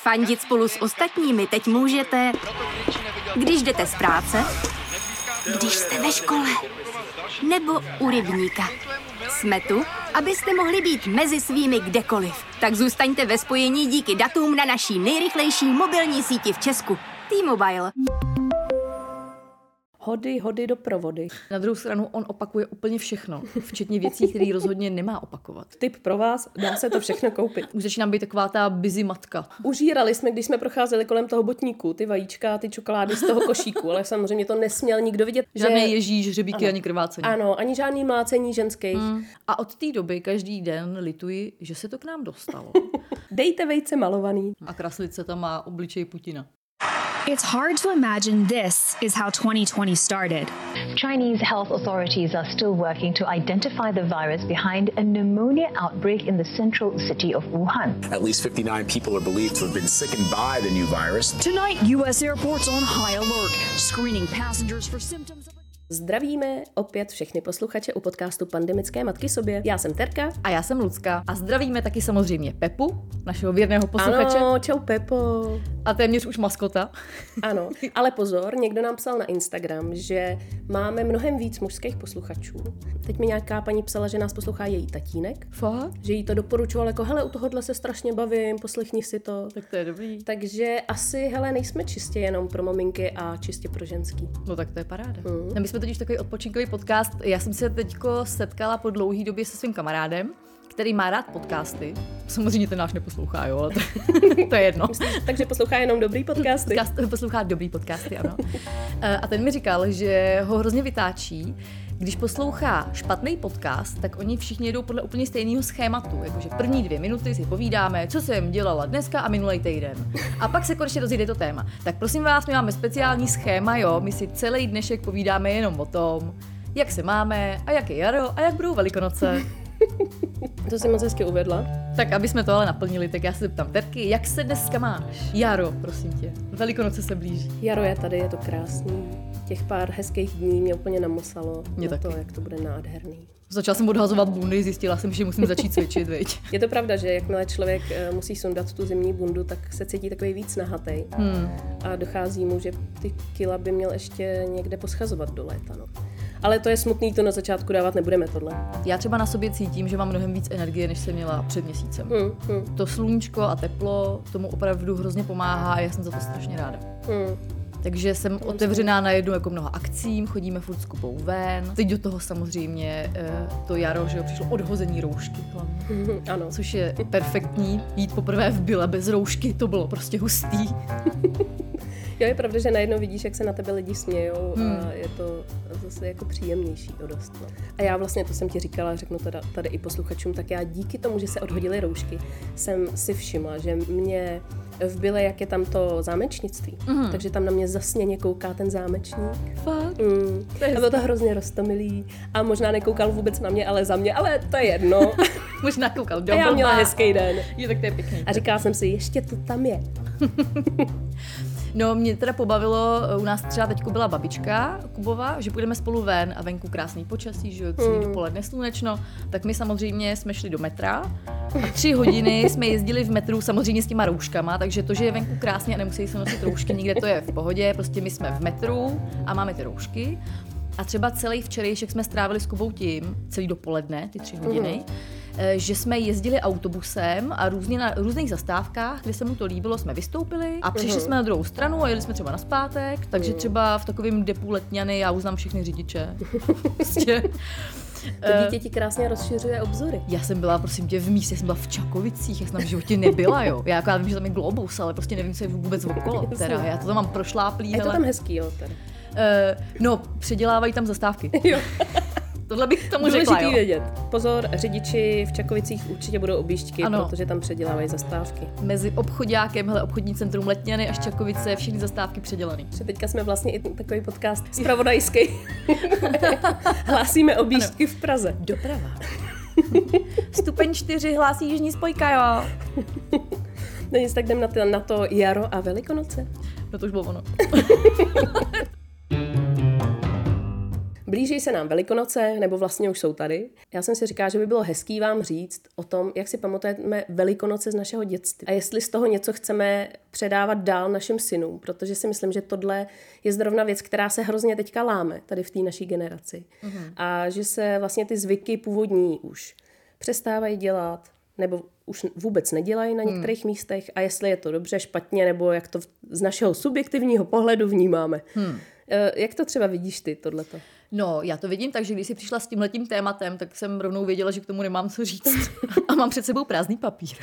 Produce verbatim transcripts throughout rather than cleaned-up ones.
Fandit spolu s ostatními teď můžete, když jdete z práce, když jste ve škole, nebo u rybníka. Jsme tu, abyste mohli být mezi svými kdekoliv. Tak zůstaňte ve spojení díky datům na naší nejrychlejší mobilní síti v Česku. T-Mobile. Hody, hody do provody. Na druhou stranu on opakuje úplně všechno, včetně věcí, které rozhodně nemá opakovat. Tip pro vás, dá se to všechno koupit. Už začínám být taková ta busy matka. Užírali jsme, když jsme procházeli kolem toho botníku, ty vajíčka, ty čokolády z toho košíku, ale samozřejmě to nesměl nikdo vidět. Žádný že... Ježíš, hřebíky ani krvácení. Ano, ani žádný mlácení ženských. Hmm. A od té doby každý den lituji, že se to k nám dostalo. Dejte vejce malovaný. A kraslice tam má obličej Putina. It's hard to imagine this is how twenty twenty started. Chinese health authorities are still working to identify the virus behind a pneumonia outbreak in the central city of Wuhan. At least fifty-nine people are believed to have been sickened by the new virus. Tonight, U S airports on high alert, screening passengers for symptoms of... Zdravíme opět všechny posluchače u podcastu Pandemické matky sobě. Já jsem Terka. A já jsem Lucka. A zdravíme taky samozřejmě Pepu, našeho věrného posluchače. Ano, čau Pepo. A téměř už maskota. Ano, ale pozor, někdo nám psal na Instagram, že máme mnohem víc mužských posluchačů. Teď mi nějaká paní psala, že nás poslouchá její tatínek. Fakt? Že jí to doporučoval, jako hele, u tohohle se strašně bavím, poslechni si to. Tak to je dobrý. Takže asi, hele, nejsme čistě jenom pro maminky a čistě pro ženský. No tak to je paráda. Mm. No, my jsme totiž takový odpočinkový podcast. Já jsem se teďko setkala po dlouhý době se svým kamarádem, který má rád podcasty. Samozřejmě ten náš neposlouchá, jo, ale to, to je jedno. Takže poslouchá jenom dobrý podcasty. Podcast, poslouchá dobrý podcasty, ano. A ten mi říkal, že ho hrozně vytáčí, když poslouchá špatný podcast, tak oni všichni jedou podle úplně stejného schématu. Jakože první dvě minuty si povídáme, co jsem dělala dneska a minulý týden. A pak se konečně rozjede to téma. Tak prosím vás, my máme speciální schéma, jo, my si celý dnešek povídáme jenom o tom, jak se máme a jak je jaro a jak budou Velikonoce. To jsi moc hezky uvedla. Tak aby jsme to ale naplnili, tak já se zeptám Terky, jak se dneska máš? Jaro, prosím tě. Velikonoce se blíží. Jaro je tady, je to krásný. Těch pár hezkých dní mě úplně namosalo mě na taky. to, jak to bude nádherný. Začala jsem odhazovat bundy, zjistila jsem, že musím začít cvičit, viď? Je to pravda, že jakmile člověk musí sundat tu zimní bundu, tak se cítí takový víc nahatej. Hmm. A dochází mu, že ty kila by měl ještě někde poschazovat do léta, no. Ale to je smutný, to na začátku dávat nebudeme tohle. Já třeba na sobě cítím, že mám mnohem víc energie, než jsem měla před měsícem. Hmm, hmm. To sluníčko a teplo tomu opravdu hrozně pomáhá a já jsem za to strašně ráda. Hmm. Takže jsem otevřená na jednu jako mnoha akcím, chodíme furt s Kubou ven. Teď do toho samozřejmě to jaro, že jo, přišlo odhození roušky hlavně. Hmm, ano. Což je perfektní. Jít poprvé v byle bez roušky, to bylo prostě hustý. Jo, je pravda, že najednou vidíš, jak se na tebe lidi smějou hmm. a je to zase jako příjemnější o dost. No. A já vlastně, to jsem ti říkala, řeknu to tady i posluchačům, tak já díky tomu, že se odhodily roušky, jsem si všimla, že mě v byle, jak je tam to zámečnictví, mm. takže tam na mě zasněně kouká ten zámečník. Fakt? Mm. To je a bylo to hrozně roztomilý a možná nekoukal vůbec na mě, ale za mě, ale to je jedno. Možná koukal do A já měla hezký den. Jo, tak to je pěkný. A říkala jsem si, ještě to tam je. No, mě teda pobavilo, u nás třeba teďko byla babička Kubova, že půjdeme spolu ven a venku krásný počasí, že jo, celý mm. dopoledne slunečno, tak my samozřejmě jsme šli do metra a tři hodiny jsme jezdili v metru samozřejmě s těma rouškama, takže to, že je venku krásně a nemusí se nosit roušky, nikde to je v pohodě, prostě my jsme v metru a máme ty roušky. A třeba celý včerejšek jsme strávili s Kubou tím, celý dopoledne, ty tři hodiny, mm. že jsme jezdili autobusem a různě na různých zastávkách, kde se mu to líbilo, jsme vystoupili a přišli mm. jsme na druhou stranu a jeli jsme třeba nazpátek, takže mm. třeba v takovém depu Letňany já už znám všechny řidiče. Prostě. To dítě ti krásně rozšiřuje obzory. Já jsem byla, prosím tě, v místě, jsem byla v Čakovicích, já jsem tam v životě nebyla, jo. Já, jako, já vím, že tam je Globus, ale prostě nevím, co je vůbec okolo, teda. Já to tam mám prošláplý. Je to tam hezký, jo, teda. Uh, no, předělávají tam zastávky. Jo. Tohle bych tomu řekla, jo. vědět. Pozor, řidiči v Čakovicích určitě budou objížďky, ano. Protože tam předělávají zastávky. Mezi obchoďákem, hele, obchodní centrum Letňany až Čakovice, všechny zastávky předělaný. Že teďka jsme vlastně i takový podcast zpravodajský. Hlásíme objížďky v Praze. Doprava. Stupeň čtyři hlásí jižní spojka, jo. No nic, tak jdem na to, na to jaro a Velikonoce. No to už bylo ono. blíží se nám Velikonoce, nebo vlastně už jsou tady. Já jsem si říkala, že by bylo hezký vám říct o tom, jak si pamatujeme Velikonoce z našeho dětství. A jestli z toho něco chceme předávat dál našim synům, protože si myslím, že tohle je zrovna věc, která se hrozně teďka láme tady v té naší generaci. Mm-hmm. A že se vlastně ty zvyky původní už přestávají dělat, nebo už vůbec nedělají na některých hmm. místech a jestli je to dobře, špatně, nebo jak to z našeho subjektivního pohledu vnímáme. Hmm. Jak to třeba vidíš ty, tohleto? No, já to vidím tak, že když jsi přišla s tímhletím tématem, tak jsem rovnou věděla, že k tomu nemám co říct. A mám před sebou prázdný papír.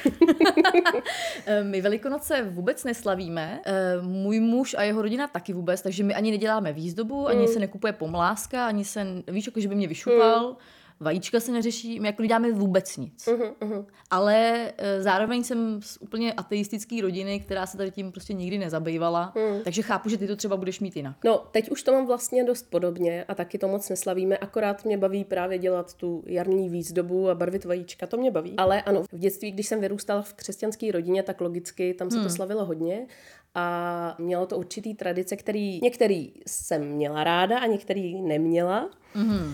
My Velikonoce vůbec neslavíme. Můj muž a jeho rodina taky vůbec, takže my ani neděláme výzdobu, ani hmm. se nekupuje pomláska, ani se, víš, jako, že by mě vyšupal. Hmm. Vajíčka se neřeší, my jako neděláme vůbec nic. Uh-huh, uh-huh. Ale e, zároveň jsem z úplně ateistické rodiny, která se tady tím prostě nikdy nezabývala, uh-huh. takže chápu, že ty to třeba budeš mít jinak. No, teď už to mám vlastně dost podobně a taky to moc neslavíme, akorát mě baví právě dělat tu jarní výzdobu a barvit vajíčka, to mě baví. Ale ano, v dětství, když jsem vyrůstala v křesťanské rodině, tak logicky tam se hmm. to slavilo hodně. A mělo to určitý tradice, který některý jsem měla ráda a některý neměla. Mm-hmm.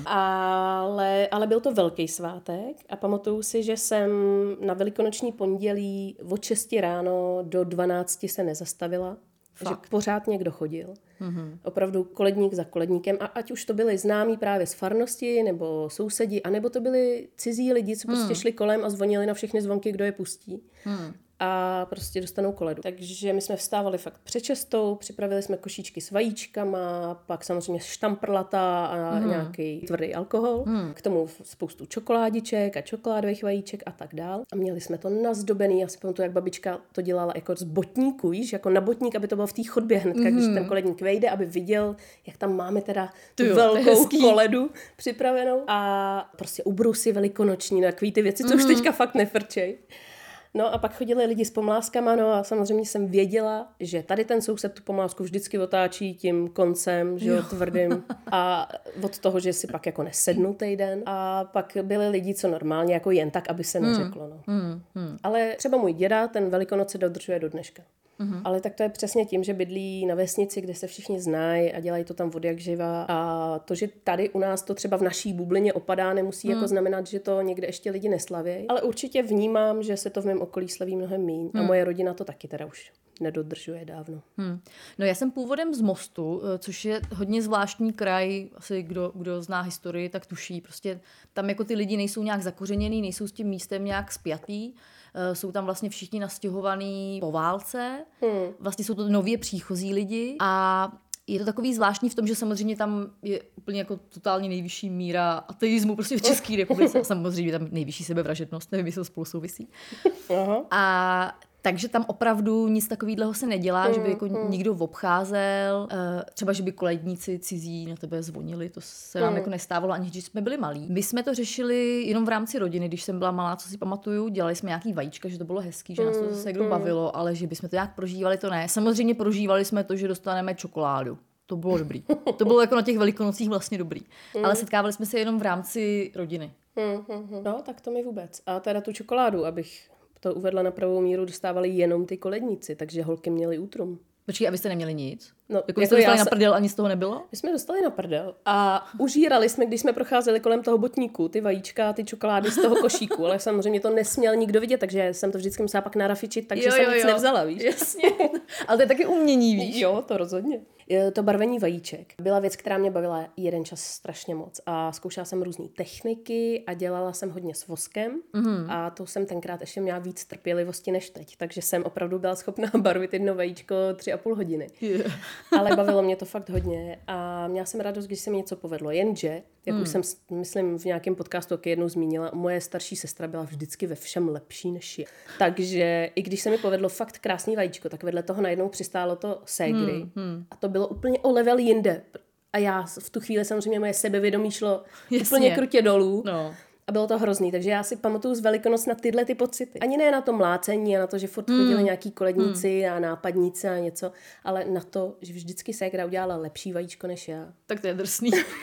Ale, ale byl to velký svátek a pamatuju si, že jsem na velikonoční pondělí od šesti ráno do dvanácti se nezastavila. Fakt. Že pořád někdo chodil. Mm-hmm. Opravdu koledník za koledníkem. A ať už to byli známí právě z farnosti nebo sousedi, anebo to byli cizí lidi, co prostě mm. šli kolem a zvonili na všechny zvonky, kdo je pustí. Mm. A prostě dostanou koledu. Takže my jsme vstávali fakt před šestou, připravili jsme košíčky s vajíčkama, pak samozřejmě štamprlata a mm. nějaký tvrdý alkohol. Mm. K tomu spoustu čokoládiček a čokoládových vajíček a tak dál. A měli jsme to nazdobený. Já si pamatuju, jak babička to dělala jako z botníku, víš, jako na botník, aby to bylo v té chodbě hnedka, mm. když ten koledník vejde, aby viděl, jak tam máme teda tu jo, velkou koledu připravenou. A prostě ubrusy velikonoční, no, takový ty věci, co mm. už teďka fakt nefrčej. No a pak chodili lidi s pomlázkama, no a samozřejmě jsem věděla, že tady ten soused tu pomlázku vždycky otáčí tím koncem, že jo, tvrdým. A od toho, že si pak jako nesednu týden. A pak byli lidi, co normálně jako jen tak, aby se neřeklo, no. Hmm, hmm. Ale třeba můj děda ten Velikonoce dodržuje do dneška. Uhum. Ale tak to je přesně tím, že bydlí na vesnici, kde se všichni znají a dělají to tam od jak živa. A to, že tady u nás to třeba v naší bublině opadá, nemusí hmm. jako znamenat, že to někde ještě lidi neslaví. Ale určitě vnímám, že se to v mém okolí slaví mnohem míň. Hmm. A moje rodina to taky teda už nedodržuje dávno. Hmm. No já jsem původem z Mostu, což je hodně zvláštní kraj, asi kdo, kdo zná historii, tak tuší. Prostě tam jako ty lidi nejsou nějak zakořeněný, nejsou s tím místem nějak spjatý. Jsou tam vlastně všichni nastěhovaní po válce. Hmm. Vlastně jsou to nově příchozí lidi a je to takový zvláštní v tom, že samozřejmě tam je úplně jako totálně nejvyšší míra ateismu prostě v České republice. Samozřejmě tam nejvyšší sebevražednost, nevím, jestli to spolu souvisí. Aha. A takže tam opravdu nic takového se nedělá, hmm, že by jako hmm. nikdo obcházel, třeba, že by koledníci cizí na tebe zvonili, to se nám hmm. jako nestávalo, ani když jsme byli malí. My jsme to řešili jenom v rámci rodiny, když jsem byla malá, co si pamatuju, dělali jsme nějaký vajíčka, že to bylo hezký, že nás to zase někdo bavilo, ale že bychom to nějak prožívali, to ne. Samozřejmě prožívali jsme to, že dostaneme čokoládu. To bylo dobrý. To bylo jako na těch Velikonocích vlastně dobrý. Hmm. Ale setkávali jsme se jenom v rámci rodiny. Hmm, hmm, hmm. No, tak to mi vůbec. A teda tu čokoládu, abych to uvedla na pravou míru, dostávali jenom ty koledníci, takže holky měly útrum. Počkej, a vy jste neměli nic? No, jako jste dostali na prdel a nic z toho nebylo? My jsme dostali na prdel a užírali jsme, když jsme procházeli kolem toho botníku, ty vajíčka, ty čokolády z toho košíku, ale samozřejmě to nesměl nikdo vidět, takže jsem to vždycky musela pak narafičit, takže jo, jsem jo, nic jo. nevzala, víš? Jasně. Ale to je taky umění, víš? Jo, to rozhodně. To barvení vajíček byla věc, která mě bavila jeden čas strašně moc a zkoušela jsem různé techniky a dělala jsem hodně s voskem mm. a to jsem tenkrát ještě měla víc trpělivosti než teď, takže jsem opravdu byla schopná barvit jedno vajíčko tři a půl hodiny. Yeah. Ale bavilo mě to fakt hodně a měla jsem radost, když se mi něco povedlo, jenže, jak mm. už jsem, myslím, v nějakém podcastu taky jednou zmínila, moje starší sestra byla vždycky ve všem lepší než je. Takže i když se mi povedlo fakt krásný vajíčko, tak vedle toho najednou přistálo to ségry mm. Mm. a to bylo úplně o level jinde. A já v tu chvíli samozřejmě moje sebevědomí šlo Jasně. úplně krutě dolů. No. A bylo to hrozný, takže já si pamatuju z Velikonoc na tyhle ty pocity. Ani ne na to mlácení a na to, že furt mm. chodili nějaký koledníci mm. a nápadníci a něco, ale na to, že vždycky ségra udělala lepší vajíčko než já. Tak to je drsný.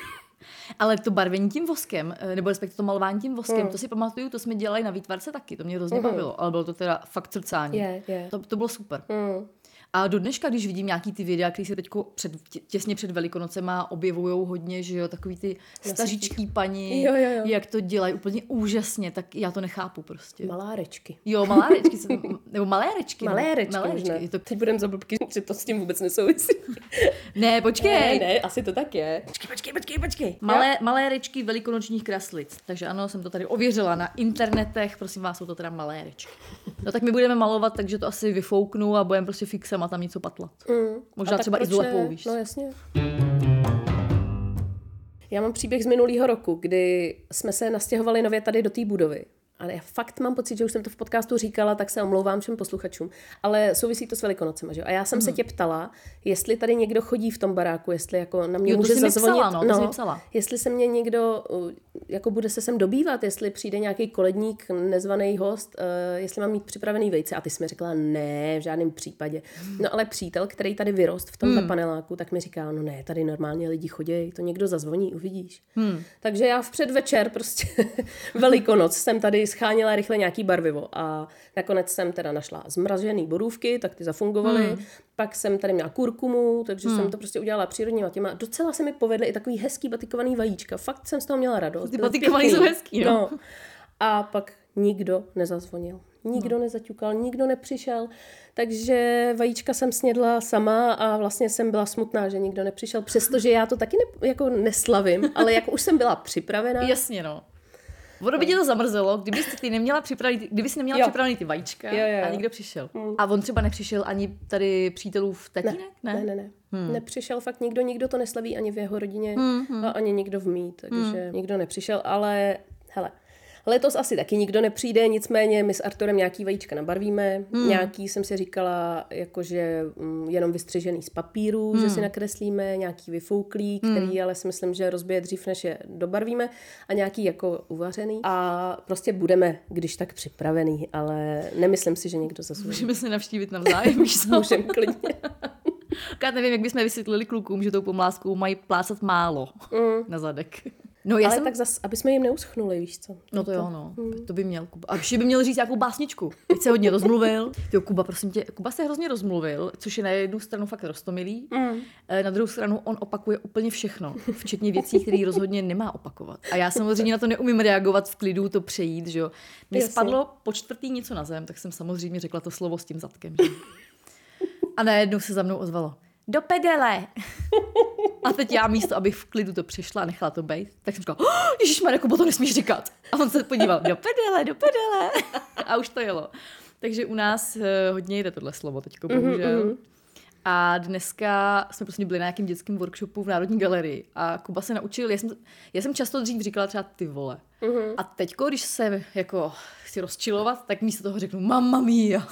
Ale to barvení tím voskem, nebo respektive to malování tím voskem, Hmm. to si pamatuju, to jsme dělali na výtvarce taky, to mě hrozně Mhm. bavilo, ale bylo to teda fakt srdcání. Je, je. To, to bylo super. Mm. A do dneška, když vidím nějaký ty videa, které se teď před, tě, těsně před Velikonocema objevujou hodně, že jo, takový ty staříčký paní, Jo, jo, jo. jak to dělají úplně úžasně, tak já to nechápu prostě. Malárečky. Jo, malárečky, jsem- nebo malérečky. no. Malérečky, malérečky. možná. Je to... Teď budeme za blbky, že to s tím vůbec nesouvisí. Ne, počkej. Ne, ne, asi to tak je. Počkej, počkej, počkej, počkej. Malé, malérečky velikonočních kraslic. Takže ano, jsem to tady ověřila na internetech, prosím vás, jsou to teda malérečky. No tak my budeme malovat, takže to asi vyfouknu a budeme prostě fixem a tam něco patlat. Mm. Možná A tak třeba i proč s lepou, ne? víš. No jasně. Já mám příběh z minulého roku, kdy jsme se nastěhovali nově tady do té budovy. Ale já fakt mám pocit, že už jsem to v podcastu říkala, tak se omlouvám všem posluchačům. Ale souvisí to s Velikonocema, že jo? A já jsem hmm. se tě ptala, jestli tady někdo chodí v tom baráku, jestli jako na mě Jo, to může jsi mi zazvonit. psala, no, to jsi mi psala. Jestli se mě někdo, uh, jako bude se sem dobývat, jestli přijde nějaký koledník, nezvaný host, uh, jestli mám mít připravený vejce. A ty jsi mi řekla, ne, v žádném případě. No ale přítel, který tady vyrost v tomhle hmm. paneláku, tak mi říká, no ne, tady normálně lidi chodí, to někdo zazvoní, uvidíš. Hmm. Takže já v předvečer prostě Velikonoc jsem tady scháněla rychle nějaký barvivo a nakonec jsem teda našla zmražený borůvky, tak ty zafungovaly. Hmm. Pak jsem tady měla kurkumu, takže hmm. jsem to prostě udělala přírodníma těma. Docela se mi povedly i takový hezký batikovaný vajíčka. Fakt jsem z toho měla radost. Ty batikovaný jsou hezký, no. no. A pak nikdo nezazvonil. Nikdo no. nezaťukal, nikdo nepřišel. Takže vajíčka jsem snědla sama a vlastně jsem byla smutná, že nikdo nepřišel. Přestože já to taky ne, jako neslavím, ale jako už jsem byla připravená. Jasně, no. Ono by tě to zamrzelo, kdyby jsi ty neměla připravený, kdyby jsi neměla Jo. připravený ty vajíčka Jo, jo, jo. a někdo přišel. Hmm. A on třeba nepřišel ani tady přítelův tatínek, ne? Ne, ne, ne. Hmm. Nepřišel fakt nikdo, nikdo to neslaví ani v jeho rodině hmm, hmm. a ani nikdo v mý, takže hmm. nikdo nepřišel, ale hele, letos asi taky nikdo nepřijde, nicméně my s Arturem nějaký vajíčka nabarvíme, hmm. nějaký jsem si říkala, jakože mm, jenom vystřižený z papíru, hmm. že si nakreslíme, nějaký vyfouklý, který hmm. ale si myslím, že rozbije dřív, než je dobarvíme a nějaký jako uvařený a prostě budeme, když tak připravený, ale nemyslím si, že někdo zase. Můžeme se navštívit navzájem, víš co? Můžeme klidně. Já nevím, jak bychom vysvětlili klukům, že tou pomláskou mají plácat málo Mm. na zadek. No, já ale jsem... tak zas, aby jsme jim neuschnuli, víš co? No to jo, no. To by měl Kuba. A ještě by měl říct nějakou básničku. Teď se hodně rozmluvil. Jo, Kuba, prosím tě, Kuba se hrozně rozmluvil, což je na jednu stranu fakt roztomilý. Mm. Na druhou stranu on opakuje úplně všechno, včetně věcí, které rozhodně nemá opakovat. A já samozřejmě na to neumím reagovat v klidu, to přejít, že jo. Mně Jasně. spadlo po čtvrtý něco na zem, tak jsem samozřejmě řekla to slovo s tím zadkem. Že? A najednou se za mnou ozvalo. Do pedele! A teď já místo, abych v klidu to přišla a nechala to bejt, tak jsem říkala, oh, ježišmarja, Kubo, to nesmíš říkat. A on se podíval, do pedele, do pedele. A už to jelo. Takže u nás uh, hodně jde tohle slovo teďko, bohužel. Mm-hmm. A dneska jsme prostě byli na nějakém dětském workshopu v Národní galerii a Kuba se naučil, já jsem, já jsem často dřív říkala třeba ty vole. Mm-hmm. A teďko, když se jako chci rozčilovat, tak místo toho řeknu mamma mia.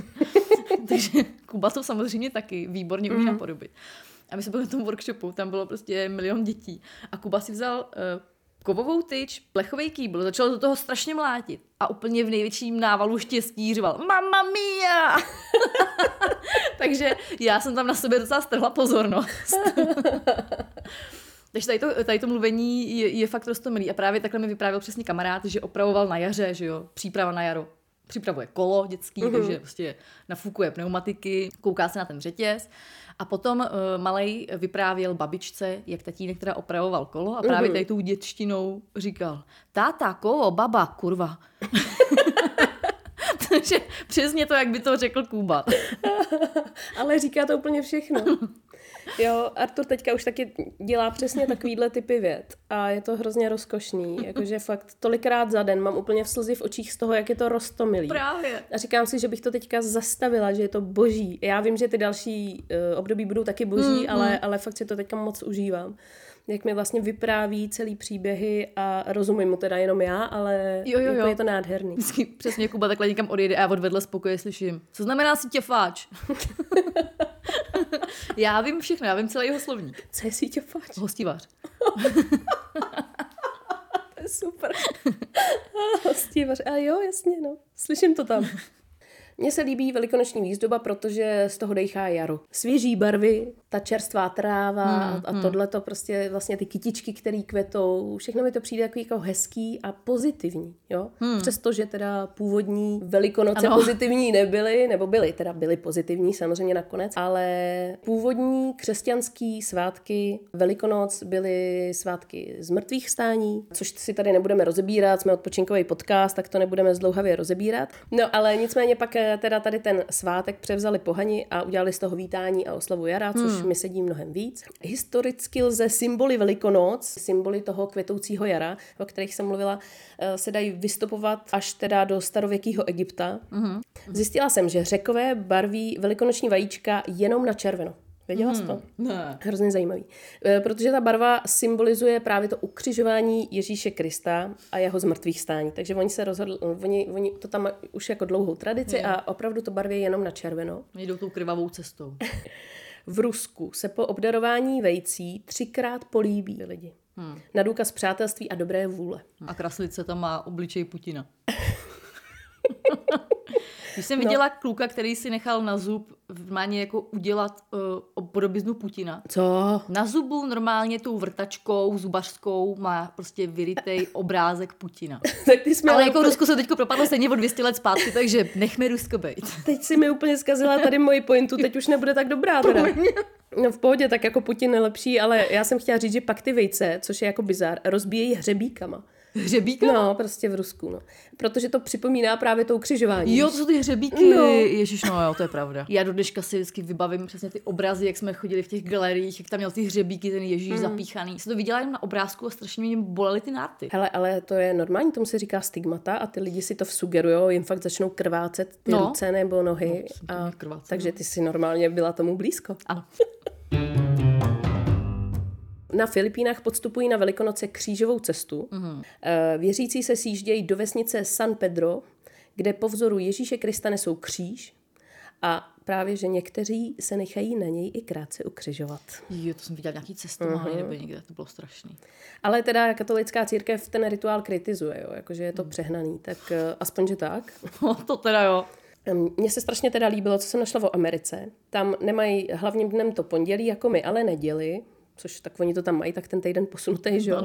Takže Kuba to samozřejmě taky výborně umí mm. napodobit. A my jsme byli na tom workshopu, tam bylo prostě milion dětí. A Kuba si vzal uh, kovovou tyč, plechový kýbl, začal do toho strašně mlátit. A úplně v největším návalu štěstí řval mamma mia! Takže já jsem tam na sobě docela strhla pozornost. Takže tady to, tady to mluvení je, je fakt roztomilý. A právě takhle mi vyprávěl přesně kamarád, že opravoval na jaře, že jo, příprava na jaro. Připravuje kolo dětský, uh-huh. takže prostě nafukuje pneumatiky, kouká se na ten řetěz. A potom uh, malej vyprávěl babičce, jak tatínek teda opravoval kolo a právě uh-huh. tady tou dětštinou říkal táta, kolo, baba, kurva. Takže přesně to, jak by to řekl Kuba. Ale říká to úplně všechno. Jo, Artur teďka už taky dělá přesně takovýhle typy vět a je to hrozně rozkošný, jakože fakt tolikrát za den mám úplně v slzy v očích z toho, jak je to roztomilý. Právě. A říkám si, že bych to teďka zastavila, že je to boží. Já vím, že ty další uh, období budou taky boží, mm, ale, mm. ale fakt si to teďka moc užívám. Jak mi vlastně vypráví celý příběhy a rozumím mu teda jenom já, ale jo, jo, jo. Jako je to nádherný. Vždycky přesně Kuba takhle někam odjede a já odvedle spokoje slyším. Co znamená sítěfáč? Já vím všechno, já vím celý jeho slovník. Co je sítěfáč? Hostivář. To je super. Hostivář. A jo, jasně, no. Slyším to tam. Mně se líbí velikonoční výzdoba, protože z toho dejchá jaro. Svěží barvy, ta čerstvá tráva hmm, a, a hmm. tohleto prostě vlastně ty kytičky, které kvetou, všechno mi to přijde jako, jako hezký a pozitivní, jo. Hmm. Přestože teda původní Velikonoce ano. pozitivní nebyly, nebo byly, teda byly pozitivní samozřejmě nakonec, ale původní křesťanský svátky Velikonoc byly svátky z mrtvých vstání, což si tady nebudeme rozebírat, jsme odpočinkový podcast, tak to nebudeme zdlouhavě rozebírat. No ale nicméně pak teda tady ten svátek převzali pohani a udělali z toho vítání a oslavu jara, což hmm. mi sedí mnohem víc. Historicky lze symboly Velikonoc, symboly toho květoucího jara, o kterých jsem mluvila, se dají vystupovat až teda do starověkého Egypta. Hmm. Zjistila jsem, že Řekové barví velikonoční vajíčka jenom na červeno. Věděla jsi to? Hmm, ne. Hrozně zajímavý. E, protože ta barva symbolizuje právě to ukřižování Ježíše Krista a jeho zmrtvých stání. Takže oni se rozhodli, oni, oni to tam už jako dlouhou tradici je. A opravdu to barví jenom na červeno. Jdou tou krvavou cestou. V Rusku se po obdarování vejcí třikrát políbí lidi. Hmm. Na důkaz přátelství a dobré vůle. A Kraslice tam má obličej Putina. Když jsem viděla no. kluka, který si nechal na zub normálně jako udělat uh, podobiznu Putina. Co? Na zubu normálně tou vrtačkou zubařskou má prostě vyrytej obrázek Putina. Tak ty jsme ale jako Rusko se teďko propadlo stejně o dvě stě let zpátky, takže nechme Rusko bejt. Teď si mi úplně zkazila tady moji pointu, teď už nebude tak dobrá teda. No v pohodě, tak jako Putin je lepší, ale já jsem chtěla říct, že pak ty vejce, což je jako bizar, rozbíjejí hřebíkama. Hřebíka? No, prostě v Rusku, no. Protože to připomíná právě to ukřižování. Jo, to jsou ty hřebíky. No. Ježiš, no jo, to je pravda. Já do dneška si vždycky vybavím přesně ty obrazy, jak jsme chodili v těch galeriích, jak tam měl ty hřebíky, ten Ježíš mm. zapíchaný. Jsem to viděla jen na obrázku a strašně mě bolely ty nárty. Hele, ale to je normální, tomu se říká stigmata a ty lidi si to vsugerujou, jim fakt začnou krvácet ty no. ruce nebo nohy. No, a krvácet, takže no. ty si normálně byla tomu blízko. Ano. Na Filipínách podstupují na Velikonoce křížovou cestu. Mm. Věřící se sjíždějí do vesnice San Pedro, kde po vzoru Ježíše Krista nesou kříž a právě, že někteří se nechají na něj i krátce ukřižovat. Jo, to jsem viděla nějaký cestování, mm. nebo někde, to bylo strašný. Ale teda katolická církev ten rituál kritizuje, jo, jakože je to mm. přehnaný, tak uh, aspoň, že tak. No, to teda jo. Mně se strašně teda líbilo, co jsem našla o Americe. Tam nemají hlavním dnem to pondělí jako my, ale neděli, což tak oni to tam mají, tak ten týden posunutý, že jo.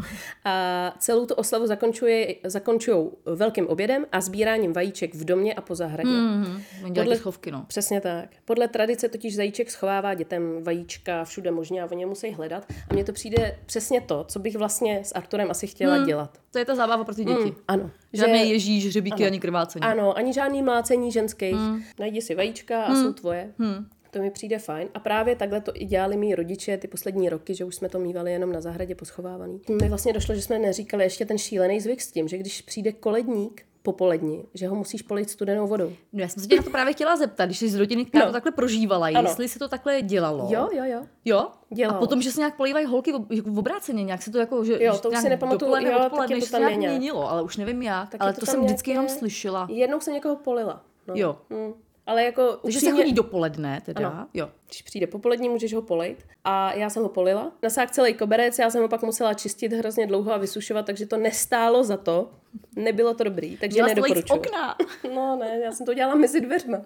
A celou tu oslavu zakončují velkým obědem a sbíráním vajíček v domě a po zahradě. Mm-hmm. Podle schovky, no. Přesně tak. Podle tradice totiž zajíček schovává dětem vajíčka všude možně a oni musí hledat. A mně to přijde přesně to, co bych vlastně s Arturem asi chtěla mm. dělat. To je ta zábava pro ty děti. Mm, ano. Žádný že... Ježíš, hřebíky ano. ani krvácení. Ano, ani žádný mlácení ženských. Mm. Najdi si vajíčka a mm. jsou tvoje. Mm. To mi přijde fajn. A právě takhle to i dělali mý rodiče ty poslední roky, že už jsme to mívali jenom na zahradě poschovávaný. Mi vlastně došlo, že jsme neříkali ještě ten šílený zvyk s tím, že když přijde koledník popolední, že ho musíš polít studenou vodou. No, já jsem se tě na to právě chtěla zeptat, když jsi z rodiny, která no. to takhle prožívala, ano. jestli se to takhle dělalo. Jo, jo, jo. Jo? Dělalo. A potom, že se nějak polívají holky v, v obráceně, nějak se to jako, že jo, to už si nepamatuju, dopoledne, jo, odpoledne, to se nějak měnilo, ale už nevím jak, tak ale to, to jsem vždycky nějaké... jenom slyšela. Jednou jsem někoho polila. No. Jo. Hmm. Ale jako takže upřímně... se chodí dopoledne teda, ano. jo. Když přijde popolední, můžeš ho polejt. A já jsem ho polila. Nasák celý koberec, já jsem ho pak musela čistit hrozně dlouho a vysušovat, takže to nestálo za to. Nebylo to dobrý, takže dělala nedoporučuji. z okna. No ne, já jsem to dělala mezi dveřma.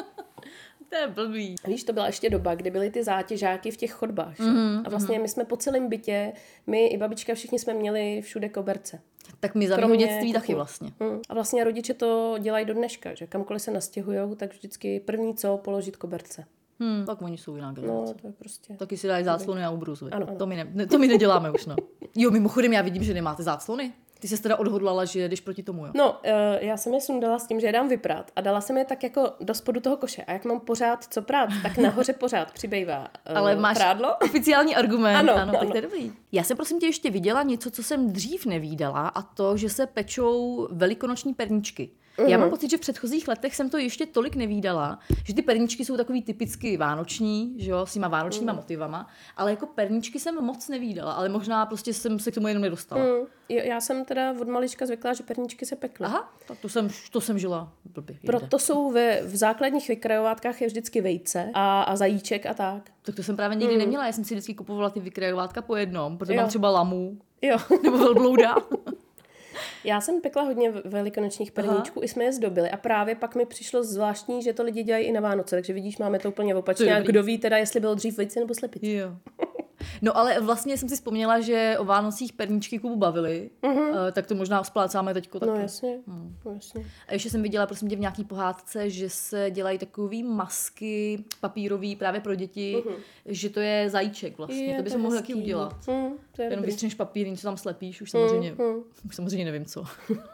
To je blbý. Víš, to byla ještě doba, kdy byly ty zátěžáky v těch chodbách. Mm-hmm, a vlastně mm-hmm. my jsme po celém bytě, my i babička, všichni jsme měli všude koberce. Tak my za mého dětství taky vlastně. Hmm. A vlastně rodiče to dělají do dneška, že kamkoliv se nastěhujou, tak vždycky první co, položit koberce. Hmm, tak oni jsou jiná generace. No, to je prostě... Taky si dají záclony na ubruzu. Ano, ano. To, my ne, to my neděláme už, no. Jo, mimochodem já vidím, že nemáte záclony. Ty jsi teda odhodlala, že jdeš proti tomu, jo? No, uh, já jsem je sundala s tím, že je dám vyprát a dala jsem je tak jako do spodu toho koše. A jak mám pořád co prát, tak nahoře pořád přibývá uh, ale máš prádlo. Oficiální argument. Ano, ano, tak ano. to je dobrý. Já jsem prosím tě ještě viděla něco, co jsem dřív nevídala, a to, že se pečou velikonoční perničky. Mm-hmm. Já mám pocit, že v předchozích letech jsem to ještě tolik nevídala, že ty perničky jsou takový typicky vánoční, že jo, s těma vánočníma mm. motivama, ale jako perničky jsem moc nevídala, ale možná prostě jsem se k tomu jenom nedostala. Mm. Já jsem teda od malička zvyklá, že perničky se pekly. Aha, tak to jsem, to jsem žila blbě. Proto jsou ve, v základních vykrajovátkách je vždycky vejce a, a zajíček a tak. Tak to jsem právě nikdy mm. neměla, já jsem si vždycky kupovala ty vykrajovátka po jednom, protože jo. mám třeba lamu, jo. nebo velblouda. Já jsem pekla hodně velikonočních perníčků, i jsme je zdobili a právě pak mi přišlo zvláštní, že to lidi dělají i na Vánoce, takže vidíš, máme to úplně opačně. A kdo ví teda, jestli bylo dřív vejce nebo slepice. Jo. No ale vlastně jsem si vzpomněla, že o Vánocích perníčky Kubu bavili, uh-huh. uh, tak to možná splácáme teďko taky. No jasně, hmm. no jasně. A ještě jsem viděla, prosím tě, v nějaký pohádce, že se dělají takový masky papírový právě pro děti, uh-huh. že to je zajíček vlastně, je, to bychom mohli taky udělat. Hmm, Jenom vystřeneš papír, něco tam slepíš, už samozřejmě, hmm. už samozřejmě nevím co.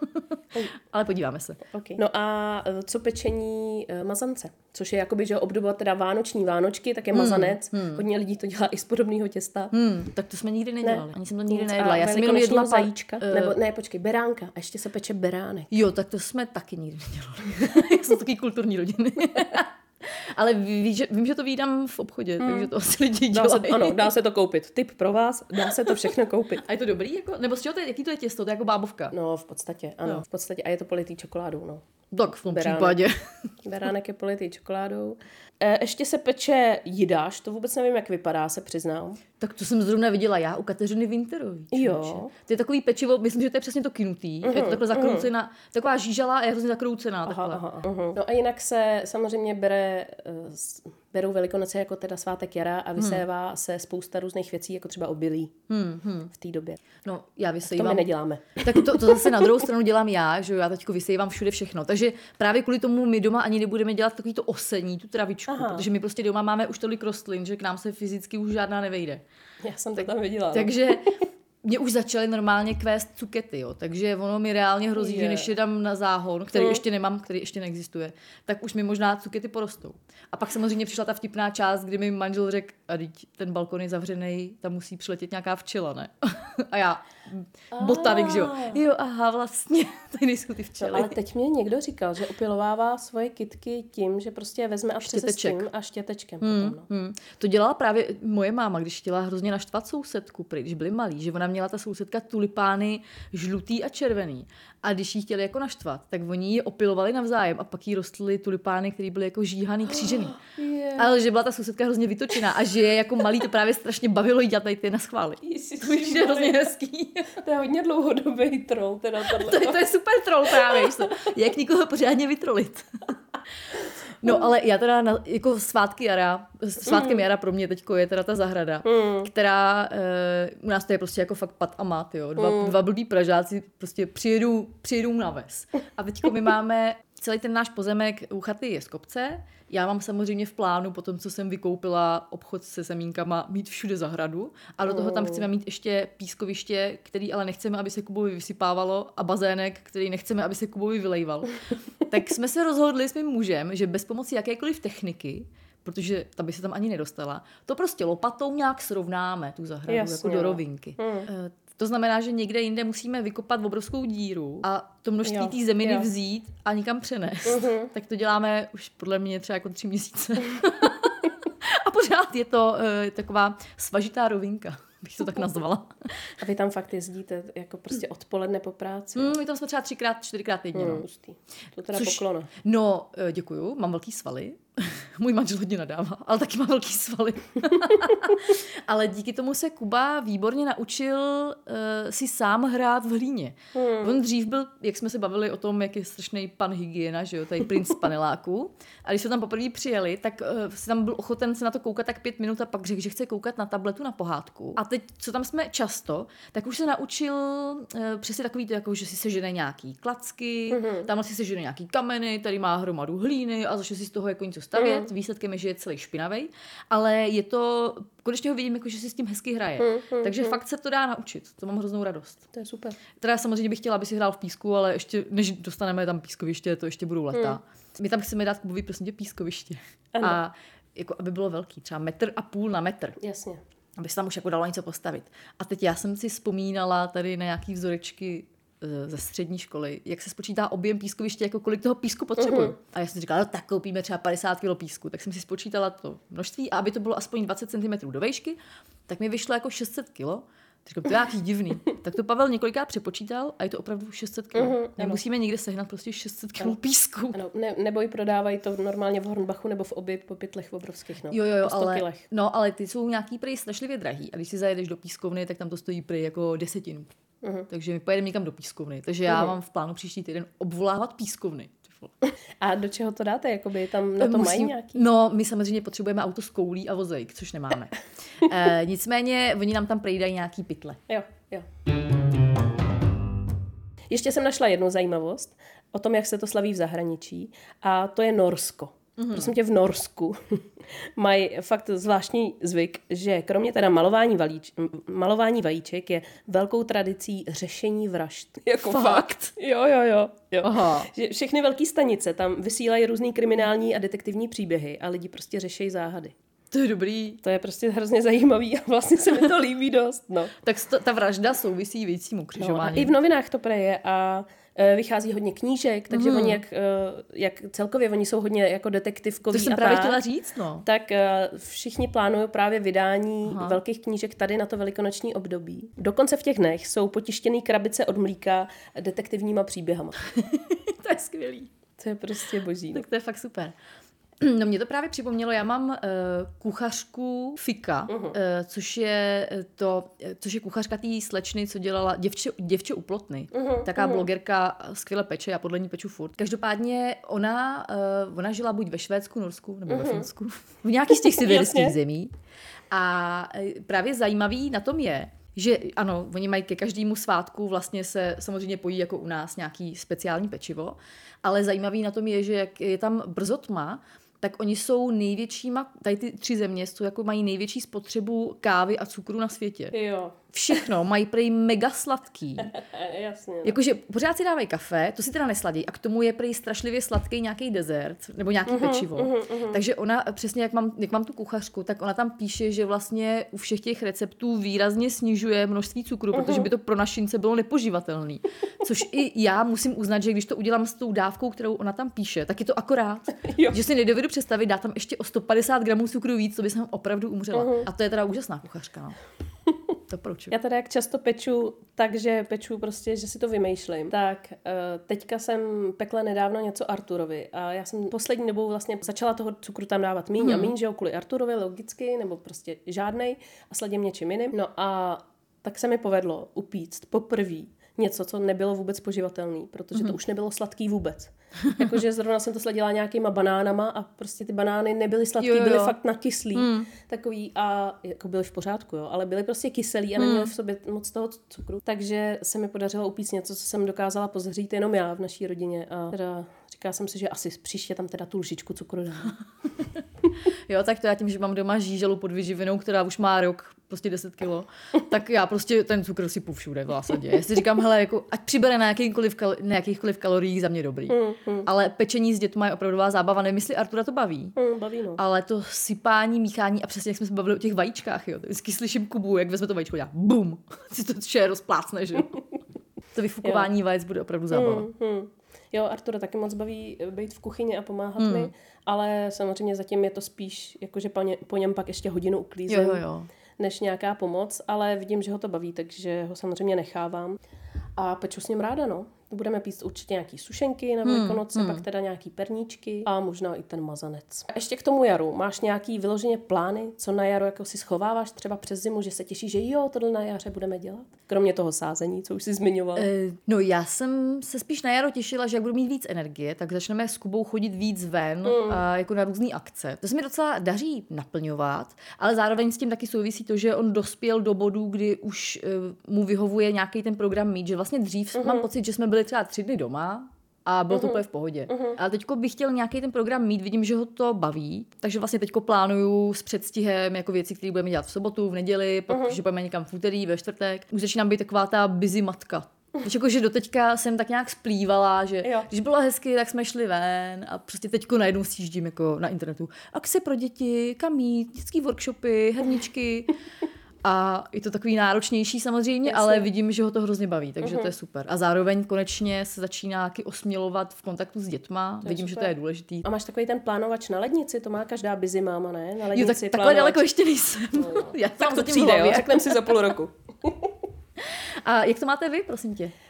Ale podíváme se. Okay. No a co pečení uh, mazance, což je jakoby, že obdoba teda vánoční vánočky, tak je hmm. mazanec. Hmm. Hodně lidí to dělá i z podobného těsta. Hmm. Tak to jsme nikdy nedělali. Ne. Ani jsem to nikdy Nic. nejedla. Já jsem jenom jedla zajíčka. Uh, nebo ne, počkej, beránka. A ještě se peče beránek. Jo, tak to jsme taky nikdy nedělali. Jsou taky kulturní rodiny. Ale ví, že, vím, že to vídám v obchodě, hmm. takže to asi lidi dělají. Dá se, ano, dá se to koupit. Tip pro vás, dá se to všechno koupit. A je to dobrý? Jako? Nebo z čeho to je, jaký to je těsto? To je jako bábovka? No, v podstatě, ano. No. V podstatě. A je to politý čokoládou, no. Tak v tom beránek. Případě. Beránek je politý čokoládou. E, ještě se peče jidáš, to vůbec nevím, jak vypadá, se přiznám. Tak to jsem zrovna viděla já u Kateřiny Winterové. Jo. To je takový pečivo, myslím, že to je přesně to kynutý. Uh-huh, je to takhle zakroucená, uh-huh. taková žížala a je hrozně zakroucená. Aha, aha, uh-huh. No a jinak se samozřejmě bere, berou Velikonoce jako teda svátek jara a vysévá hmm. se spousta různých věcí, jako třeba obilí hmm, hmm. v té době. No, já vysejvám. To my neděláme. Tak to, to zase na druhou stranu dělám já, že já teďko vysejvám všude všechno. Takže právě kvůli tomu my doma ani nebudeme dělat takový to osení, tu travičku, aha. protože my prostě doma máme už tolik rostlin, že k nám se fyzicky už žádná nevejde. Já jsem to tam viděla. Takže mě už začaly normálně kvést cukety, jo. Takže ono mi reálně hrozí, yeah. že než je dám na záhon, který mm. ještě nemám, který ještě neexistuje, tak už mi možná cukety porostou. A pak samozřejmě přišla ta vtipná část, kdy mi manžel řekl, a teď ten balkon je zavřený, tam musí přiletět nějaká včela, ne? A já, botanik, že jo. Jo, aha, vlastně, tady nejsou ty včely. No, ale teď mě někdo říkal, že opilovává svoje kytky tím, že prostě je vezme a přese s tím a štětečkem. Hmm, potom, no. hmm. To dělala právě moje máma, když chtěla hrozně naštvat sousedku, když byli malí, že ona měla ta sousedka tulipány žlutý a červený. A když jí chtěli jako naštvat, tak oni ji opilovali navzájem a pak jí rostly tulipány, které byly jako žíhaný, křížený. Yeah. Ale že byla ta sousedka hrozně vytočená a že je jako malý, to právě strašně bavilo jí dělat tady ty na schvály. To je hrozně hezký. To je hodně dlouhodobý troll. Teda to, je, to je super troll právě. Jak někoho pořádně vytrolit. No ale já teda na, jako svátky jara, svátkem mm. jara pro mě teďko je teda ta zahrada, mm. která e, u nás to je prostě jako fakt pat a mat, jo. Dva, mm. dva blbý Pražáci prostě přijedou, přijedou na ves. A teďko my máme celý ten náš pozemek u chaty je z kopce. Já mám samozřejmě v plánu, po tom, co jsem vykoupila obchod se semínkama, mít všude zahradu. A do toho tam chceme mít ještě pískoviště, který ale nechceme, aby se Kubovi vysypávalo, a bazének, který nechceme, aby se Kubovi vylejval. Tak jsme se rozhodli s mým mužem, že bez pomoci jakékoliv techniky, protože ta by se tam ani nedostala, to prostě lopatou nějak srovnáme, tu zahradu, jasně, jako do rovinky. Hmm. To znamená, že někde jinde musíme vykopat obrovskou díru a to množství té zeminy jo. vzít a nikam přenést. Uh-huh. Tak to děláme už podle mě třeba jako tři měsíce. A pořád je to uh, taková svažitá rovinka, bych to tak nazvala. A vy tam fakt jezdíte jako prostě odpoledne po práci? Mm, my tam jsme třeba třikrát, čtyřikrát týdně. Mm, no. To teda Což, poklona. No, děkuju, mám velký svaly. Můj manžel hodně nadává, ale taky má velký svaly. Ale díky tomu se Kuba výborně naučil uh, si sám hrát v hlíně. Hmm. On dřív byl, jak jsme se bavili o tom, jak je strašný pan hygiena, že jo, tady princ paneláku. A když jsme tam poprvé přijeli, tak uh, si tam byl ochoten se na to koukat tak pět minut a pak řekl, že chce koukat na tabletu na pohádku. A teď, co tam jsme často, tak už se naučil uh, přesně takový to, jako, že si sežene nějaký klacky, hmm. tam si sežene nějaký kameny, tady má hromadu hlíny a začne si z toho jako něco stavět. Mm. Výsledkem je, že je celý špinavej, ale je to, konečně ho vidím, jako, že si s tím hezky hraje. Mm, mm, Takže mm. fakt se to dá naučit. To mám hroznou radost. To je super. Teda samozřejmě bych chtěla, aby si hrál v písku, ale ještě, než dostaneme tam pískoviště, to ještě budou leta. Mm. My tam chceme dát Kubovi prosím tě pískoviště. Ano. A jako, aby bylo velký, třeba metr a půl na metr. Jasně. Aby se tam už jako dalo něco postavit. A teď já jsem si vzpomínala tady na nějaký vzorečky ze střední školy, jak se spočítá objem pískoviště, jako kolik toho písku potřebuju. Uh-huh. A já jsem si říkala, no tak koupíme třeba padesát kilo písku, tak jsem si spočítala to množství a aby to bylo aspoň dvacet centimetrů do výšky, tak mi vyšlo jako šest set kilo. Říkám, to je nějaký divný. Tak to Pavel několikrát přepočítal a je to opravdu šest set kilo. Uh-huh, Nemusíme někde sehnat prostě šest set kilo písku. Ano, ne, nebo ji prodávají to normálně v Hornbachu nebo v obě po pytlech obrovských. No. Jo, jo, jo, ale, no, ale ty jsou nějaký prej strašlivě drahý a když si zajedeš do pískovny, tak tam to stojí prej jako desetinu. Uh-huh. Takže my pojedeme někam do pískovny. Takže já uh-huh. mám v plánu příští týden obvolávat pískovny. A do čeho to dáte? Jakoby tam na to Musím, mají nějaký? No, my samozřejmě potřebujeme auto s koulí a vozejk, což nemáme. e, nicméně, oni nám tam prejdají nějaký pytle. Jo, jo. Ještě jsem našla jednu zajímavost o tom, jak se to slaví v zahraničí. A to je Norsko. Mm-hmm. Prosím tě, v Norsku mají fakt zvláštní zvyk, že kromě teda malování, valíč, malování vajíček je velkou tradicí řešení vražd. Jako fakt? fakt. Jo, jo, jo. jo. Aha. Že všechny velké stanice tam vysílají různý kriminální a detektivní příběhy a lidi prostě řeší záhady. To je dobrý. To je prostě hrozně zajímavý a vlastně se mi to líbí dost. No. Tak ta vražda souvisí věcím ukřižování. No, a i v novinách to preje a vychází hodně knížek, takže mm. oni jak, jak celkově, oni jsou hodně jako detektivkoví. To jsem a právě tak, chtěla říct, no. Tak všichni plánují právě vydání Aha. velkých knížek tady na to velikonoční období. Dokonce v těch dnech jsou potištěný krabice od mlíka detektivníma příběhama. To je skvělý. To je prostě boží. Tak to je fakt super. No mě to právě připomnělo, já mám uh, kuchařku Fika, uh-huh. uh, což je to, což je kuchařka té slečny, co dělala děvče, děvče u Plotny. Uh-huh. Taká uh-huh. blogerka, skvěle peče, já podle ní peču furt. Každopádně ona, uh, ona žila buď ve Švédsku, Norsku, nebo uh-huh. ve Finsku, v nějakých z těch severských zemí. A právě zajímavý na tom je, že ano, oni mají ke každému svátku vlastně se samozřejmě pojí jako u nás nějaký speciální pečivo, ale zajímavý na tom je, že jak je tam brzo tma, tak oni jsou největšíma, tady ty tři země jsou jako mají největší spotřebu kávy a cukru na světě. Jo. Všechno mají prej mega sladký. Jasně. No. Jakože pořád si dávají kafe, to si teda nesladí a k tomu je prej strašlivě sladký nějaký dezert nebo nějaký uh-huh, pečivo. Uh-huh, uh-huh. Takže ona přesně jak mám, jak mám tu kuchařku, tak ona tam píše, že vlastně u všech těch receptů výrazně snižuje množství cukru, uh-huh. protože by to pro našince bylo nepoživatelný. Což i já musím uznat, že když to udělám s tou dávkou, kterou ona tam píše, tak je to akorát. Jo. Že si nedovedu představit, dá tam ještě o sto padesát gramů cukru víc, to by jsem opravdu umřela. Uh-huh. A to je teda úžasná kuchařka, no. Já teda jak často peču, takže peču prostě, že si to vymýšlím. Tak teďka jsem pekla nedávno něco Arturovi a já jsem poslední dobou vlastně začala toho cukru tam dávat míň hmm. a míň, že jo, kvůli Arturovi logicky, nebo prostě žádnej a sledím něčím jiným. No a tak se mi povedlo upíct poprvé něco, co nebylo vůbec poživatelný, protože to už nebylo sladký vůbec. Jakože zrovna jsem to sladila nějakýma banánama a prostě ty banány nebyly sladký, jo, jo. byly fakt nakyslý, mm. takový a jako byly v pořádku, jo, ale byly prostě kyselý a neměly v sobě moc toho cukru. Takže se mi podařilo upíct něco, co jsem dokázala pozřít jenom já v naší rodině a teda říkala jsem si, že asi příště tam teda tu lžičku cukru dám. Jo, tak to já tím, že mám doma žíželu pod vyživinou, která už má rok, prostě deset kilo, tak já prostě ten cukr sypu všude v zásadě. Já si říkám, hele, jako, ať přibere na jakýchkoliv, kal- na jakýchkoliv kaloriích, za mě dobrý. Mm, mm. Ale pečení s dětma je opravdová zábava. Nevím, jestli Artura to baví. Mm, baví, no. Ale to sypání, míchání a přesně jak jsme se bavili o těch vajíčkách, jo. Vždycky slyším Kubu, jak vezme to vajíčko, dělá bum, si to vše rozplácne, že jo. To vyfukování vajec bude opravdu zábava. Mm, mm. Jo, Artura taky moc baví být v kuchyni a pomáhat mm. mi, ale samozřejmě zatím je to spíš, jakože po, ně, po něm pak ještě hodinu uklízím, jo, jo, jo. než nějaká pomoc, ale vidím, že ho to baví, takže ho samozřejmě nechávám a peču s ním ráda, no. Budeme pít určitě nějaký sušenky na Velikonoce, hmm, hmm. pak teda nějaký perníčky a možná i ten mazanec. A ještě k tomu jaru. Máš nějaký vyloženě plány, co na jaro jako si schováváš třeba přes zimu, že se těšíš, že jo, tohle na jaře budeme dělat? Kromě toho sázení, co už jsi zmiňoval. E, no já jsem se spíš na jaro těšila, že jak budu mít víc energie, tak začneme s Kubou chodit víc ven, hmm. a jako na různé akce. To se mi docela daří naplňovat, ale zároveň s tím taky souvisí to, že on dospěl do bodu, kdy už uh, mu vyhovuje nějaký ten program mít, že vlastně dřív hmm. mám pocit, že jsme byli třeba tři dny doma a bylo uh-huh. to úplně v pohodě. Uh-huh. Ale teďko bych chtěl nějaký ten program mít, vidím, že ho to baví, takže vlastně teďko plánuju s předstihem jako věci, které budeme dělat v sobotu, v neděli, pak, uh-huh. že půjdeme někam v úterý, ve čtvrtek. Už začínám být taková ta busy matka. Takže jako, že doteďka jsem tak nějak splývala, že jo. Když bylo hezky, tak jsme šli ven a prostě teďko najednou sjíždím jako na internetu. Akce pro děti, kam jít, dětský workshopy, herničky. A je to takový náročnější samozřejmě, Jasně. ale vidím, že ho to hrozně baví, takže uh-huh. to je super. A zároveň konečně se začíná taky osmělovat v kontaktu s dětma, vidím, super. Že to je důležitý. A máš takový ten plánovač na lednici, to má každá busy máma, ne? Na lednici jo, tak, takhle daleko ještě nejsem. No, no. Já tak to přijde, jo, řekneme si za půl roku. A jak to máte vy, prosím tě?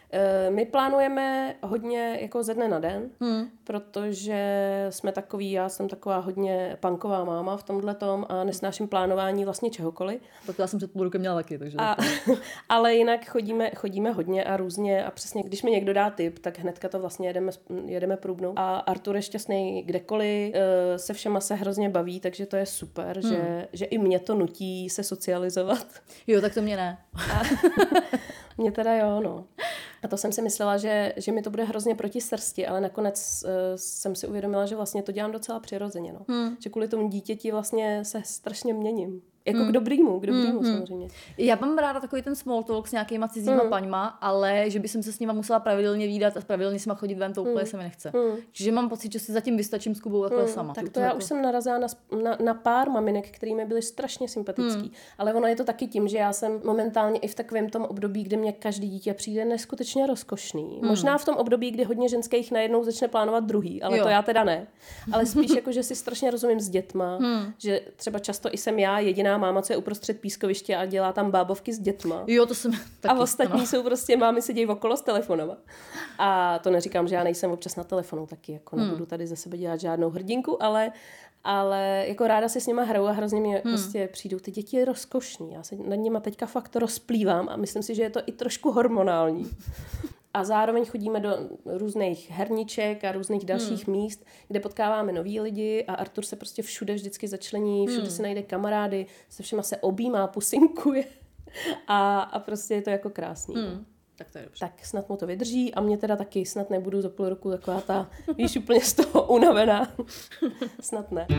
My plánujeme hodně jako ze dne na den, hmm. protože jsme takový, já jsem taková hodně punková máma v tomhletom a nesnáším plánování vlastně čehokoliv. Tak já jsem před půl rokem měla taky, takže... A, ale jinak chodíme, chodíme hodně a různě a přesně, když mi někdo dá tip, tak hnedka to vlastně jedeme, jedeme průbnou. A Artur je šťastný kdekoliv, se všema se hrozně baví, takže to je super, hmm. že, že i mě to nutí se socializovat. Jo, tak to mě ne. A mě teda jo, no. A to jsem si myslela, že, že mi to bude hrozně proti srsti, ale nakonec uh, jsem si uvědomila, že vlastně to dělám docela přirozeně, no. Hmm. Že kvůli tomu dítěti vlastně se strašně měním. Jako hmm. k dobrýmu, k dobrýmu hmm. samozřejmě. Já mám ráda takový ten small talk s nějakýma cizíma hmm. paňma, ale že by jsem se s nima musela pravidelně vídat a pravidelně s nima chodit ven, to úplně hmm. se mi nechce. Hmm. Čiže mám pocit, že si zatím vystačím s Kubou takhle hmm. sama. Tak to, to já jako... už jsem narazila na, na, na pár maminek, který mi byly strašně sympatický. Hmm. Ale ono je to taky tím, že já jsem momentálně i v takovém tom období, kdy mě každý dítě přijde neskutečně rozkošný. Hmm. Možná v tom období, kdy hodně ženských najednou začne plánovat druhý, ale jo. to já teda ne. Ale spíš jako, že si strašně rozumím s dětma, hmm. že třeba často i jsem já jediná máma, co je uprostřed pískoviště a dělá tam bábovky s dětma. Jo, to jsem taky. A ostatní ano. jsou prostě mámy sedějí okolo s telefonama. A to neříkám, že já nejsem občas na telefonu taky, jako hmm. nebudu tady ze sebe dělat žádnou hrdinku, ale, ale jako ráda si s nima hraju a hrozně mě hmm. prostě přijdou. Ty děti je rozkošný. Já se nad nima teďka fakt rozplývám a myslím si, že je to i trošku hormonální. A zároveň chodíme do různých herniček a různých dalších hmm. míst, kde potkáváme nový lidi a Artur se prostě všude vždycky začlení, všude hmm. si najde kamarády, se všema se objímá, pusinkuje a, a prostě je to jako krásný. Hmm. Tak to je dobře. Tak snad mu to vydrží a mě teda taky snad nebudu za půl roku taková ta, víš, úplně z toho unavená. Snad ne.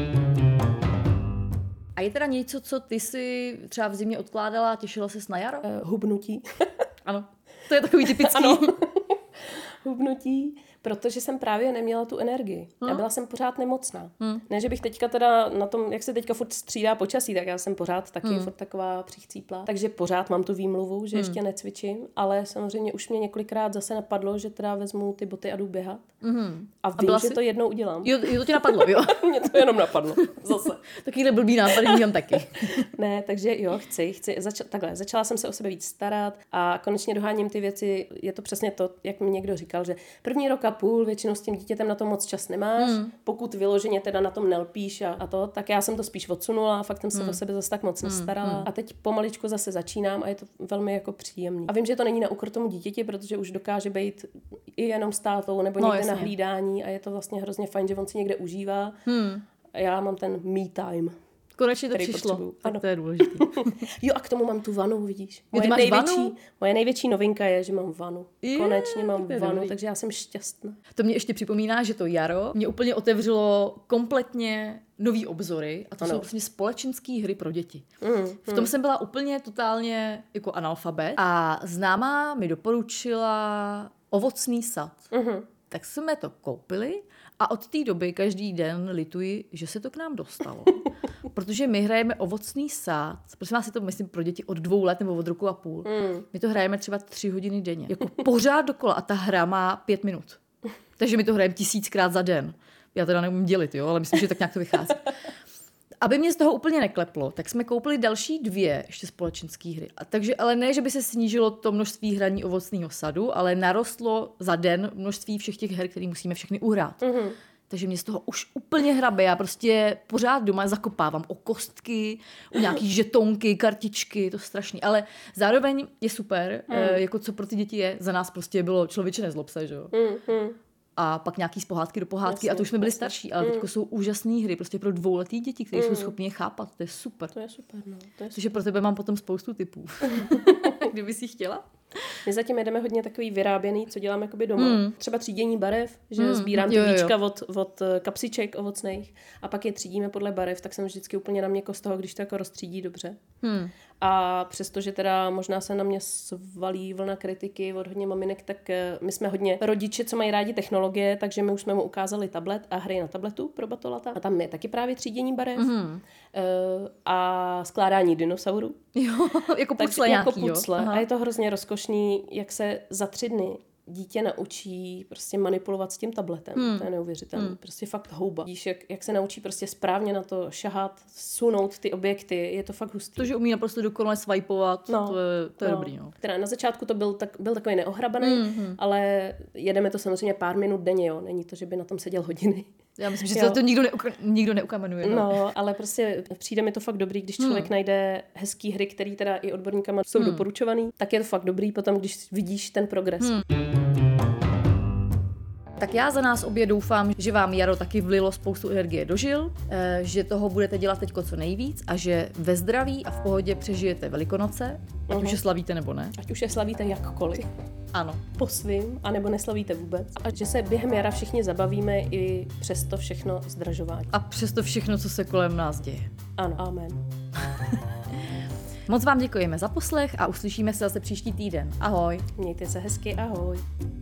A je teda něco, co ty si třeba v zimě odkládala a těšila ses na jaro? Uh, hubnutí. Ano. To je takový typický. Ano. Hubnutí, protože jsem právě neměla tu energii. Hmm. Já byla jsem pořád nemocná. Hmm. Ne, že bych teďka teda na tom, jak se teďka furt střídá počasí, tak já jsem pořád taky hmm. furt taková příchcíplá. Takže pořád mám tu výmluvu, že hmm. ještě necvičím, ale samozřejmě už mě několikrát zase napadlo, že teda vezmu ty boty a jdu běhat. Hmm. A vím, a že si... to jednou udělám. Jo, jo, to ti napadlo, jo. Mě to jenom napadlo, zase. Takovýhle blbý nápad mám taky. Ne, takže jo, chci, chci. Zača- takhle, začala jsem se o sebe víc starat a konečně doháním ty věci. Je to přesně to, jak mi někdo říkal, že první rok a půl většinou s tím dítětem na to moc čas nemáš, hmm. pokud vyloženě teda na tom nelpíš a, a to, tak já jsem to spíš odsunula a fakt jsem se hmm. o sebe zase tak moc nestarala. Hmm. A teď pomaličku zase začínám a je to velmi jako příjemný. A vím, že to není na úkor tomu dítěti, protože už dokáže být i jenom s tátou nebo někde no, na hlídání a je to vlastně hrozně fajn, že on si někde užívá. Hmm. A já mám ten me time. Konečně to přišlo, tak to je důležité. Jo, a k tomu mám tu vanu, vidíš. Moje, jo, největší, vanu? moje největší novinka je, že mám vanu. Je, Konečně mám vanu, dobrý. Takže já jsem šťastná. To mě ještě připomíná, že to jaro mě úplně otevřelo kompletně nový obzory a to ano. jsou vlastně společenské hry pro děti. Mm, v tom mm. jsem byla úplně totálně jako analfabet a známá mi doporučila ovocný sad. Mm-hmm. Tak jsme to koupili a od té doby každý den lituji, že se to k nám dostalo. Protože my hrajeme ovocný sád. Prosím vás, je to myslím pro děti od dvou let nebo od roku a půl. Mm. My to hrajeme třeba tři hodiny denně. Jako pořád dokola a ta hra má pět minut. Takže my to hrajeme tisíckrát za den. Já teda neumím dělit, jo, ale myslím, že tak nějak to vychází. Aby mě z toho úplně nekleplo, tak jsme koupili další dvě ještě společenské hry. A takže, ale ne, že by se snížilo to množství hraní ovocného sadu, ale narostlo za den množství všech těch her, které musíme všechny uhrát. Mm-hmm. Takže mě z toho už úplně hrabe. Já prostě pořád doma zakopávám o kostky, o nějaký žetonky, kartičky, to je strašný. Ale zároveň je super, mm. e, jako co pro ty děti je. Za nás prostě bylo člověče nezlob se, že jo. Mm, mm. A pak nějaký z pohádky do pohádky. Jasně, a to už jsme byli jasně. starší. Ale mm. teď jsou úžasné hry prostě pro dvouletý děti, které mm. jsou schopni je chápat. To je super. To je super, no. To je Což je pro tebe mám potom spoustu tipů. Kdyby si chtěla. My zatím jedeme hodně takový vyráběný, co dělám jakoby doma. Mm. Třeba třídění barev, že mm. sbírám ty víčka od, od kapsiček ovocných a pak je třídíme podle barev, tak jsem vždycky úplně na měko z toho, když to jako roztřídí dobře. Mm. A přestože teda možná se na mě svalí vlna kritiky od hodně maminek, tak my jsme hodně rodiče, co mají rádi technologie, takže my už jsme mu ukázali tablet a hry na tabletu pro batolata. A tam je taky právě třídění barev mm. a skládání dinosaurů. Jo, jako pucle nějaký, jako pucle. A je to hrozně rozkošný, jak se za tři dny dítě naučí prostě manipulovat s tím tabletem. Hmm. To je neuvěřitelné. Hmm. Prostě fakt houba. Víš, jak, jak se naučí prostě správně na to šahat, sunout ty objekty, je to fakt hustý. To, že umí naprosto dokonale swipeovat, no. to je, to je no. dobrý. No. Teda na začátku to byl, tak, byl takový neohrabaný, mm-hmm. ale jedeme to samozřejmě pár minut denně, jo. Není to, že by na tom seděl hodiny. Já myslím, že to, to nikdo, neuk- nikdo neukamenuje. No. no, ale prostě přijde mi to fakt dobrý, když člověk hmm. najde hezký hry, které teda i odborníkama jsou hmm. doporučovaný, tak je to fakt dobrý potom, když vidíš ten progres. Hmm. Tak já za nás obě doufám, že vám jaro taky vlilo spoustu energie do žil, že toho budete dělat teďko co nejvíc a že ve zdraví a v pohodě přežijete Velikonoce, ať uh-huh. už je slavíte nebo ne. Ať už je slavíte jakkoliv. Ano. Po svým, anebo neslavíte vůbec. A že se během jara všichni zabavíme i přes to všechno zdražování. A přes to všechno, co se kolem nás děje. Ano, amen. Moc vám děkujeme za poslech a uslyšíme se zase příští týden. Ahoj. Mějte se hezky, ahoj.